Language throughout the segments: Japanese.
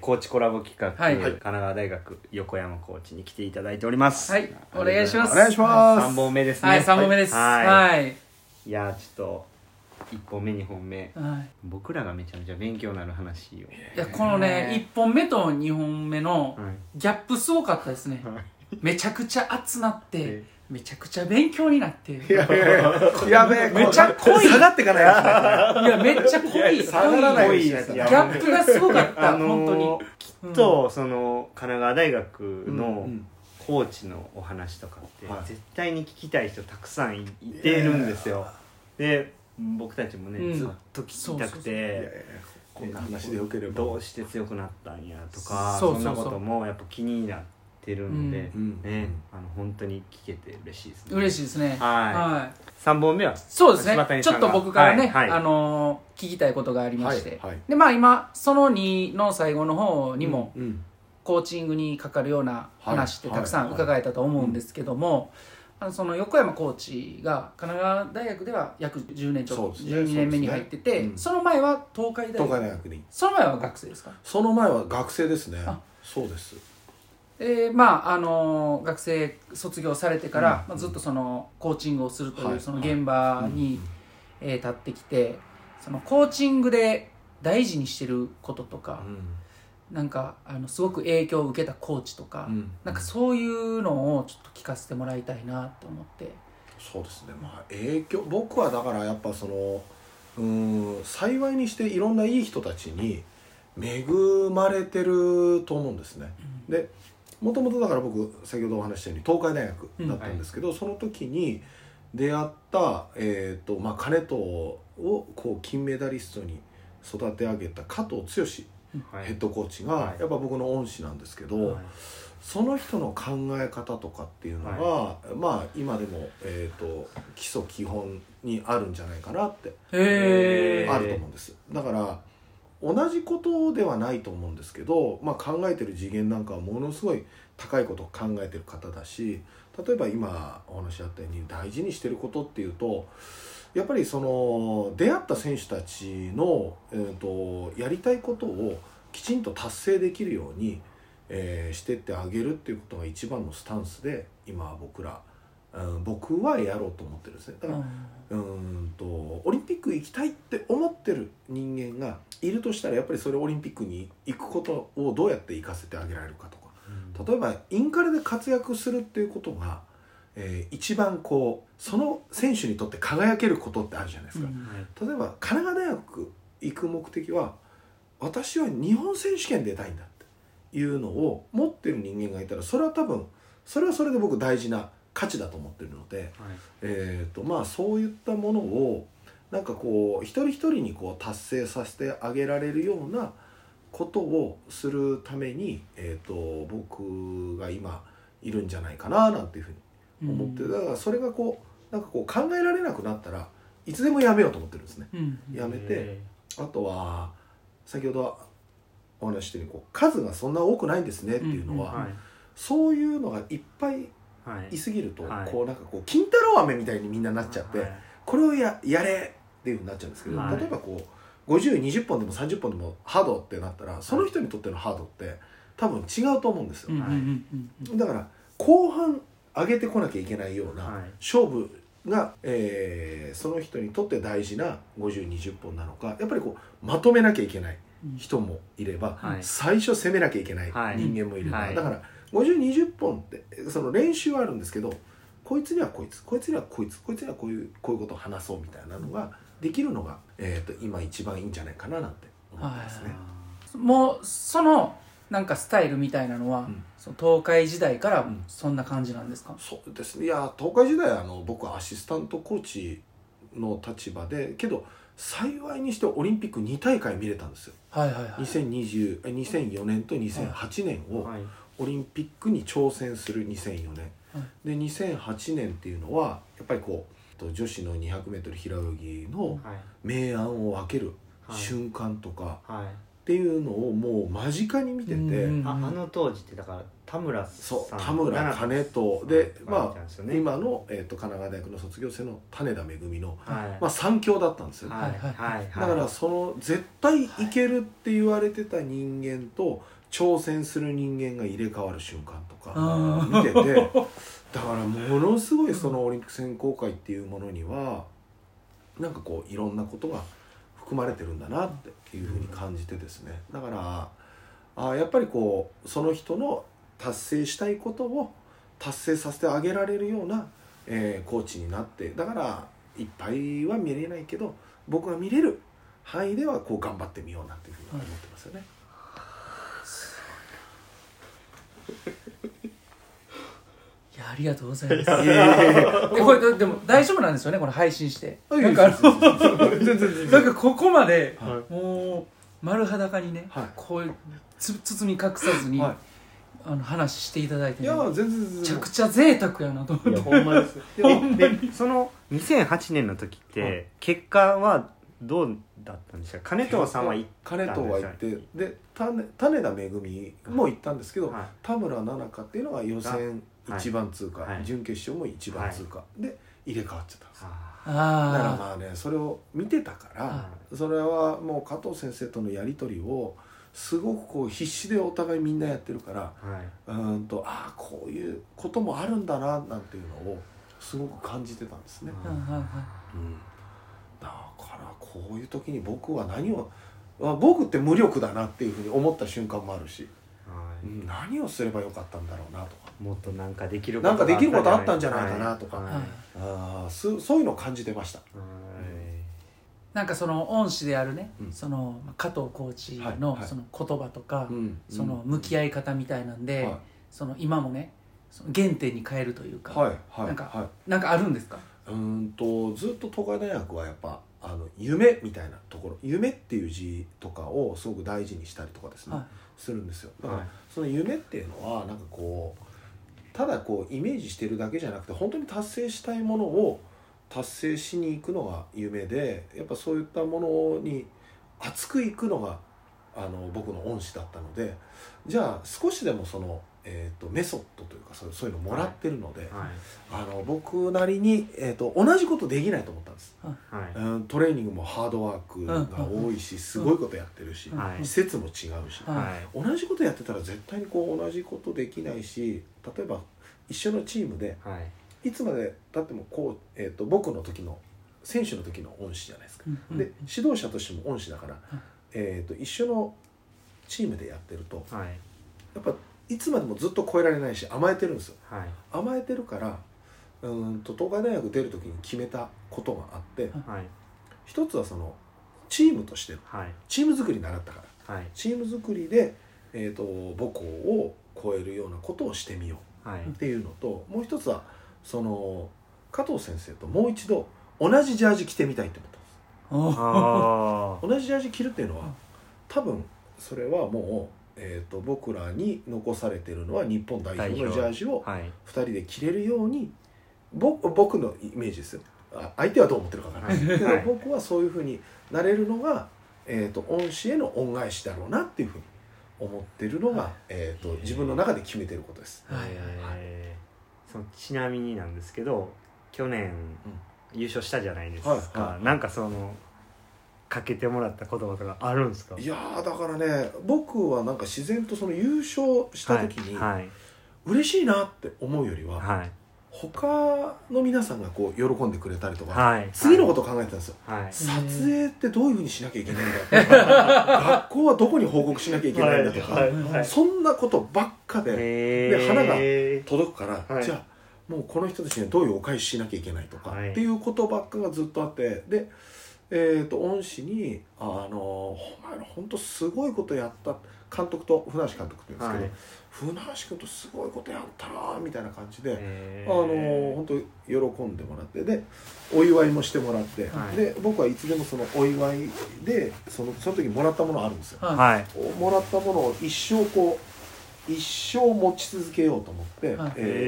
コーチコラボ企画、 はい神奈川大学横山コーチに来ていただいております。 はい、お願いします。 お願いします。 3本目ですね。 はい、3本目です。はい。 いやちょっと1本目2本目、 はい、 僕らがめちゃめちゃ勉強になる話を。いやこのね、1本目と2本目のギャップすごかったですね。めちゃくちゃ熱なって。めちゃくちゃ勉強になって。 やべえ、 めっちゃ濃い。 下がっていかないやつ。いや、めっちゃ濃い。 下がらないギャップがすごかった、本当に。 きっと、その、神奈川大学のコーチのお話とかって、絶対に聞きたい人たくさんいてるんですよ。で、僕たちもね、ずっと聞きたくて、 こんな話でよければ。 どうして強くなったんやとか、そんなこともやっぱ気になって。てるので、ね、本当に聞けて嬉しいですね。 嬉しいですね。 はい。3本目はそうですね。ちょっと僕からね、聞きたいことがありまして、で今その2の最後の方にもコーチングにかかるような話ってたくさん伺えたと思うんですけども、その横山コーチが神奈川大学では約10年ちょっと12年目に入ってて、その前は東海大学に。その前は学生ですか？ その前は学生ですね。そうです。 学生卒業されてから、ずっとそのコーチングをするというその現場に立ってきて、そのコーチングで大事にしてることとか、なんかすごく影響を受けたコーチとか、なんかそういうのをちょっと聞かせてもらいたいなと思って。 そうですね。影響、僕はだからやっぱその幸いにしていろんないい人たちに恵まれてると思うんですね。でもともとだから僕先ほどお話したように東海大学だったんですけど、その時に出会った金藤をこう金メダリストに育て上げた加藤剛ヘッドコーチがやっぱ僕の恩師なんですけど、その人の考え方とかっていうのが今でも基礎基本にあるんじゃないかなってあると思うんです。だから同じことではないと思うんですけど、考えてる次元なんかはものすごい高いことを考えてる方だし、例えば今お話あったように大事にしてることっていうと、やっぱりその出会った選手たちの、やりたいことをきちんと達成できるように、してってあげるっていうことが一番のスタンスで今僕はやろうと思ってるんですね。だからオリンピック行きたいって思ってる人間がいるとしたら、やっぱりそれオリンピックに行くことをどうやって行かせてあげられるかとか、例えばインカレで活躍するっていうことが、一番こうその選手にとって輝けることってあるじゃないですか。例えば神奈川大学行く目的は、私は日本選手権出たいんだっていうのを持ってる人間がいたら、それは多分それはそれで僕大事な価値だと思ってるので、そういったものをなんかこう一人一人にこう達成させてあげられるようなことをするために、僕が今いるんじゃないかななんていうふうに思って、だからそれがこうなんかこう考えられなくなったらいつでもやめようと思ってるんですね。やめて、あとは先ほどお話ししたように数がそんな多くないんですねっていうのは、そういうのがいっぱいいすぎると、なんかこう金太郎飴みたいにみんななっちゃって、これをやれっていう風になっちゃうんですけど、例えばこう50、20本でも30本でもハードってなったら、その人にとってのハードって多分違うと思うんですよ。だから後半上げてこなきゃいけないような勝負が、その人にとって大事な50、20本なのか、やっぱりこうまとめなきゃいけない人もいれば、最初攻めなきゃいけない人間もいれば、だから50、20本ってその練習はあるんですけど、こいつにはこいつ、こいつにはこいつ、こいつにはこういうことを話そうみたいなのができるのが、今一番いいんじゃないかななんて思ってますね。 もうそのなんかスタイルみたいなのは、その東海時代からそんな感じなんですか？ そうですね。いや東海時代僕はアシスタントコーチの立場で、けど幸いにしてオリンピック2大会見れたんですよ。2004年と2008年をオリンピックに挑戦する2004年、で2008年っていうのはやっぱりこう女子の 200m 平泳ぎの明暗を分ける瞬間とか、 っていうのをもう間近に見てて、 あの当時ってだから田村さん、 田村金人で、まあ、今の、神奈川大学の卒業生の種田恵の、まあ、3強だったんですよ、だからその絶対いけるって言われてた人間と挑戦する人間が入れ替わる瞬間とか見てて、だからものすごいそのオリンピック選考会っていうものにはなんかこういろんなことが含まれてるんだなっていうふうに感じてですね、だからやっぱりこうその人の達成したいことを達成させてあげられるような、コーチになって、だからいっぱいは見れないけど僕が見れる範囲ではこう頑張ってみようなっていうふうに思ってますよね。 いやありがとうございます。これでも大丈夫なんですよね、この配信して。なんかなんかここまで、もう丸裸にね、こういう包み隠さずに、話していただいて、ね、 いや全然めちゃくちゃ贅沢やなと思って。いやほんまですでその2008年の時って、結果はどうだったんですか？金藤さんは行ったんですか？ 金藤は行ってで種田恵も行ったんですけど、田村奈々香っていうのが予選1番通過、準決勝も1番通過、で入れ替わっちゃったんです。だからまあね、それを見てたから、それはもう加藤先生とのやり取りをすごくこう必死でお互いみんなやってるから、こういうこともあるんだななんていうのをすごく感じてたんですね。だからこういう時に僕は僕って無力だなっていうふうに思った瞬間もあるし、何をすればよかったんだろうなとか、 もっとなんかできることあったんじゃないかなとか、そういうのを感じてました。 なんかその恩師であるね、その加藤コーチのその言葉とか、その向き合い方みたいなんで、その今もね、その原点に変えるというか、なんかあるんですか？ ずっと東海大学はやっぱ夢みたいなところ、夢っていう字とかをすごく大事にしたりとかですね、するんですよ。だからその夢っていうのはなんかこうただこうイメージしてるだけじゃなくて、本当に達成したいものを達成しに行くのが夢で、やっぱそういったものに熱くいくのが僕の恩師だったので、じゃあ少しでもその、メソッドというかそういうのもらってるので、僕なりに、同じことできないと思ったんです。トレーニングもハードワークが多いし、すごいことやってるし、施設も違うし、同じことやってたら絶対にこう同じことできないし、例えば一緒のチームで、いつまでたってもこう、僕の時の選手の時の恩師じゃないですか。で指導者としても恩師だから、一緒のチームでやってると、やっぱいつまでもずっと超えられないし甘えてるんですよ。甘えてるから東海大学出る時に決めたことがあって、一つはそのチームとしての、チーム作り習ったから、チーム作りで、母校を超えるようなことをしてみようっていうのと、もう一つはその加藤先生ともう一度同じジャージ着てみたいって思ったんです。同じジャージ着るっていうのは多分それはもう、僕らに残されてるのは日本代表のジャージを2人で着れるように、僕のイメージですよ。相手はどう思ってるかわからないけど、僕はそういうふうになれるのが、恩師への恩返しだろうなっていうふうに思ってるのが、自分の中で決めてることです。 そのちなみになんですけど、去年優勝したじゃないですか。なんかそのかけてもらった言葉とかあるんですか？いやだからね、僕はなんか自然とその優勝した時に、嬉しいなって思うよりは、他の皆さんがこう喜んでくれたりとか、次のことを考えてたんですよ。撮影ってどういうふうにしなきゃいけないんだとか、学校はどこに報告しなきゃいけないんだとか、そんなことばっかで、花が届くから、じゃあもうこの人たちにはどういうお返ししなきゃいけないとか、っていうことばっかがずっとあって、で恩師に「お前ら本当すごいことやった」、監督と船橋監督って言うんですけど、船橋君とすごいことやったなみたいな感じで、本当喜んでもらって、でお祝いもしてもらって、で僕はいつでもそのお祝いでその時もらったものあるんですよ。もらったものを一生持ち続けようと思って、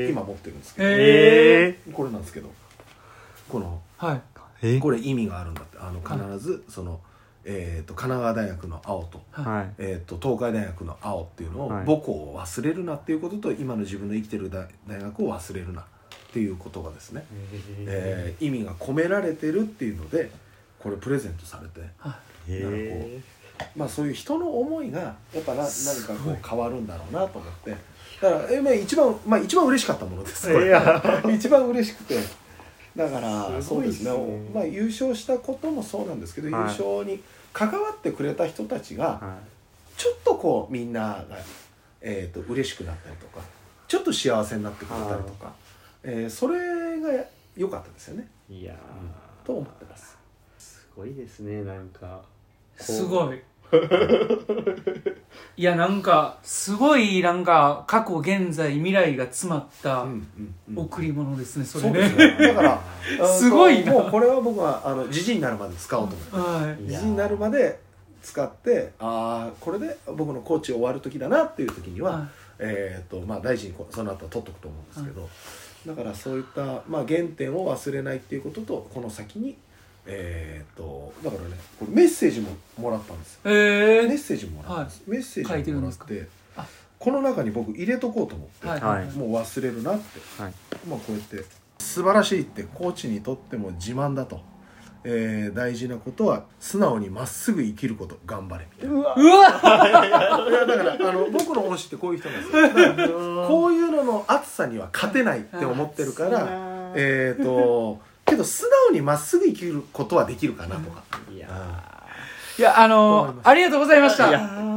今持ってるんですけど、これなんですけど、この。これ意味があるんだって、必ずその、 神奈川大学の青と、 はい、 東海大学の青っていうのを、はい、母校を忘れるなっていうことと今の自分の生きてる大学を忘れるなっていう言葉ですね、意味が込められてるっていうのでこれプレゼントされて、なんかこう、まあ、そういう人の思いがやっぱ何かこう変わるんだろうなと思ってだから一番嬉しかったものですこれ一番嬉しくてだからそうですね、まあ、優勝したこともそうなんですけど、優勝に関わってくれた人たちがちょっとこうみんなが、嬉しくなったりとかちょっと幸せになってくれたりとか、それが良かったですよね。 いや、 と思ってます。 すごいですね。なんかすごいいやなんかすごいなんか過去現在未来が詰まった贈り物ですね、それね。 そうですね。だからすごいな。 もうこれは僕はじじいになるまで使おうと思って、じじいになるまで使ってこれで僕のコーチ終わる時だなっていう時には、まあ大事にその後は取っとくと思うんですけど、だからそういった、まあ、原点を忘れないっていうこととこの先にだからねこれメッセージももらったんですよ、メッセージももらったんです、メッセージももらってこの中に僕入れとこうと思って、もう忘れるなって、まあ、こうやって素晴らしいってコーチにとっても自慢だと、大事なことは素直にまっすぐ生きること頑張れみたいな。いやだから僕の恩師ってこういう人なんですよ。だからこういうのの熱さには勝てないって思ってるからけど素直にまっすぐ生きることはできるかなとか。 いやありがとうございました。